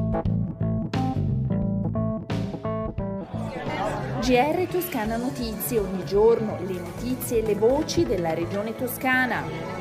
GR Toscana Notizie, ogni giorno le notizie e le voci della regione toscana.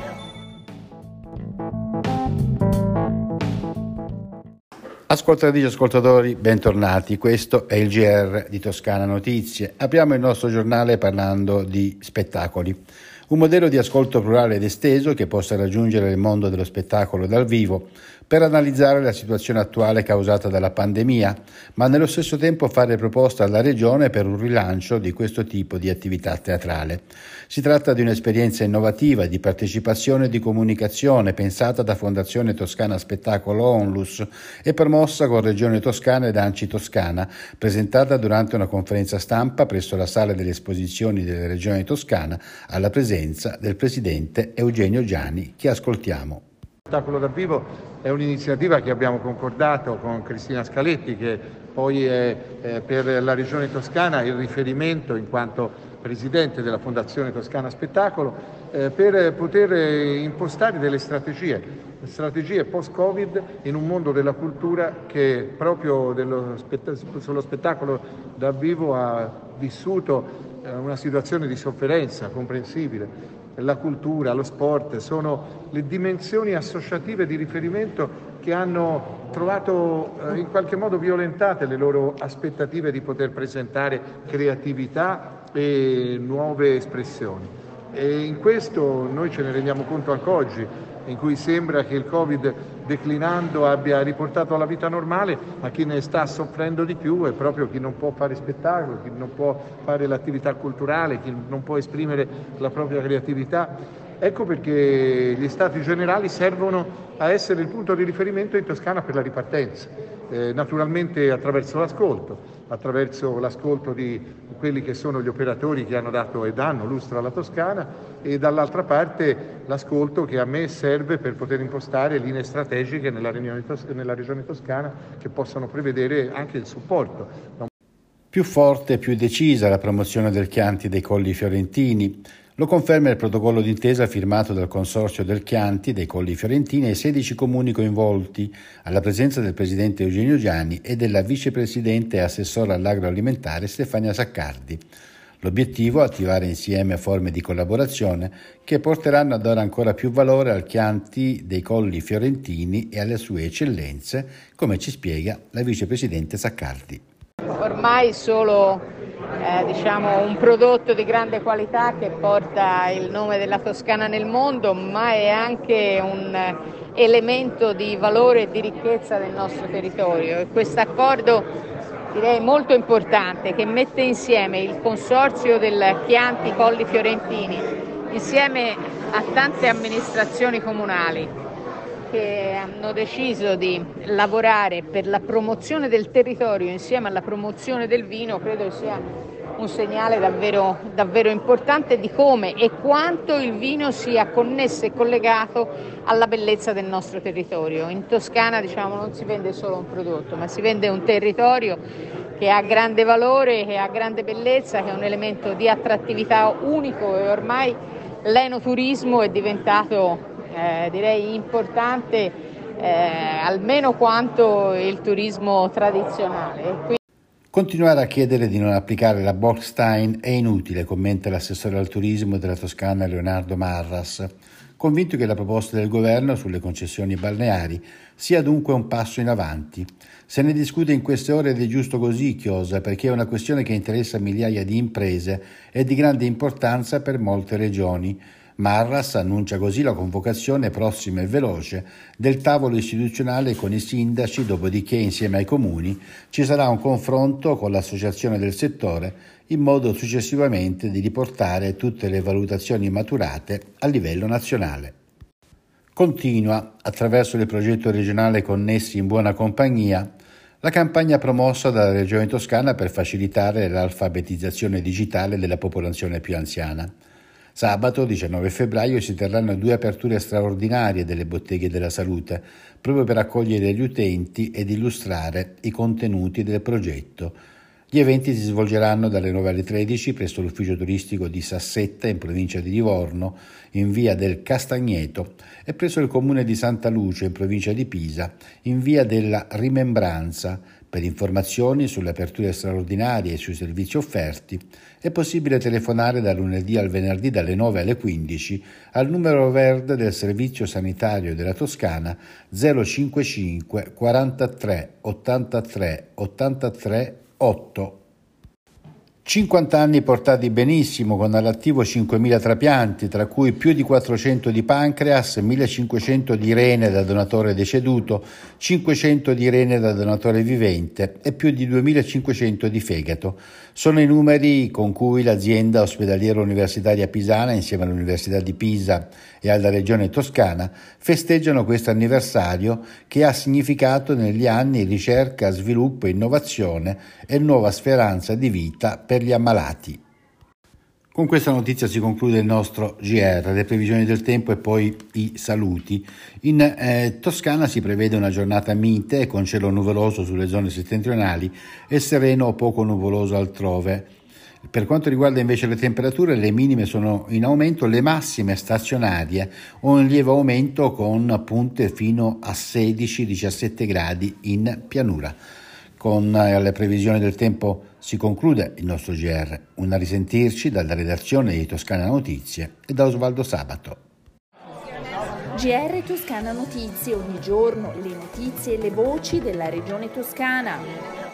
Ascoltatrici e ascoltatori, bentornati. Questo è il GR di Toscana Notizie. Apriamo il nostro giornale parlando di spettacoli. Un modello di ascolto plurale ed esteso che possa raggiungere il mondo dello spettacolo dal vivo per analizzare la situazione attuale causata dalla pandemia, ma nello stesso tempo fare proposta alla Regione per un rilancio di questo tipo di attività teatrale. Si tratta di un'esperienza innovativa di partecipazione e di comunicazione pensata da Fondazione Toscana Spettacolo Onlus e promossa con Regione Toscana ed ANCI Toscana, presentata durante una conferenza stampa presso la Sala delle Esposizioni della Regione Toscana alla presenza del presidente Eugenio Giani, che ascoltiamo. Lo spettacolo dal vivo è un'iniziativa che abbiamo concordato con Cristina Scaletti, che poi è per la Regione Toscana il riferimento in quanto presidente della Fondazione Toscana Spettacolo, per poter impostare delle strategie post-Covid in un mondo della cultura che proprio sullo spettacolo dal vivo ha vissuto una situazione di sofferenza comprensibile. La cultura, lo sport sono le dimensioni associative di riferimento che hanno trovato in qualche modo violentate le loro aspettative di poter presentare creatività e nuove espressioni. E in questo noi ce ne rendiamo conto anche oggi, in cui sembra che il Covid, declinando, abbia riportato alla vita normale, ma chi ne sta soffrendo di più è proprio chi non può fare spettacolo, chi non può fare l'attività culturale, chi non può esprimere la propria creatività. Ecco perché gli Stati Generali servono a essere il punto di riferimento in Toscana per la ripartenza, naturalmente attraverso l'ascolto di quelli che sono gli operatori che hanno dato e danno lustro alla Toscana, e dall'altra parte l'ascolto che a me serve per poter impostare linee strategiche nella Regione Toscana che possano prevedere anche il supporto. Più forte e più decisa la promozione del Chianti dei Colli Fiorentini. Lo conferma il protocollo d'intesa firmato dal Consorzio del Chianti dei Colli Fiorentini e 16 comuni coinvolti, alla presenza del presidente Eugenio Giani e della vicepresidente e assessora all'agroalimentare Stefania Saccardi. L'obiettivo è attivare insieme forme di collaborazione che porteranno a dare ancora più valore al Chianti dei Colli Fiorentini e alle sue eccellenze, come ci spiega la vicepresidente Saccardi. Ormai solo un prodotto di grande qualità che porta il nome della Toscana nel mondo, ma è anche un elemento di valore e di ricchezza del nostro territorio. E questo accordo, direi molto importante, che mette insieme il consorzio del Chianti Colli Fiorentini insieme a tante amministrazioni comunali che hanno deciso di lavorare per la promozione del territorio insieme alla promozione del vino, credo sia un segnale davvero, davvero importante di come e quanto il vino sia connesso e collegato alla bellezza del nostro territorio. In Toscana, non si vende solo un prodotto, ma si vende un territorio che ha grande valore, che ha grande bellezza, che è un elemento di attrattività unico, e ormai l'enoturismo è diventato direi importante almeno quanto il turismo tradizionale. Continuare a chiedere di non applicare la Bolkestein è inutile, commenta l'assessore al turismo della Toscana Leonardo Marras, convinto che la proposta del governo sulle concessioni balneari sia dunque un passo in avanti. Se ne discute in queste ore ed è giusto così, chiosa, perché è una questione che interessa migliaia di imprese e di grande importanza per molte regioni. Marras annuncia così la convocazione prossima e veloce del tavolo istituzionale con i sindaci, dopodiché insieme ai comuni ci sarà un confronto con l'associazione del settore in modo successivamente di riportare tutte le valutazioni maturate a livello nazionale. Continua, attraverso il progetto regionale Connessi in buona compagnia, la campagna promossa dalla Regione Toscana per facilitare l'alfabetizzazione digitale della popolazione più anziana. Sabato 19 febbraio si terranno 2 aperture straordinarie delle botteghe della salute, proprio per accogliere gli utenti ed illustrare i contenuti del progetto. Gli eventi si svolgeranno dalle 9 alle 13 presso l'ufficio turistico di Sassetta, in provincia di Livorno, in via del Castagneto, e presso il comune di Santa Luce, in provincia di Pisa, in via della Rimembranza. Per informazioni sulle aperture straordinarie e sui servizi offerti è possibile telefonare dal lunedì al venerdì dalle 9 alle 15 al numero verde del Servizio Sanitario della Toscana 055 43 83 83 8. 50 anni portati benissimo, con all'attivo 5.000 trapianti, tra cui più di 400 di pancreas, 1.500 di rene da donatore deceduto, 500 di rene da donatore vivente e più di 2.500 di fegato. Sono i numeri con cui l'azienda ospedaliera universitaria pisana, insieme all'Università di Pisa e alla Regione Toscana, festeggiano questo anniversario che ha significato negli anni ricerca, sviluppo, innovazione e nuova speranza di vita per gli ammalati. Con questa notizia si conclude il nostro GR, le previsioni del tempo e poi i saluti. In Toscana si prevede una giornata mite con cielo nuvoloso sulle zone settentrionali e sereno o poco nuvoloso altrove. Per quanto riguarda invece le temperature, le minime sono in aumento, le massime stazionarie o in lieve aumento con punte fino a 16-17 gradi in pianura. Con le previsioni del tempo si conclude il nostro GR. Un risentirci dalla redazione di Toscana Notizie e da Osvaldo Sabato. GR Toscana Notizie, ogni giorno le notizie e le voci della regione toscana.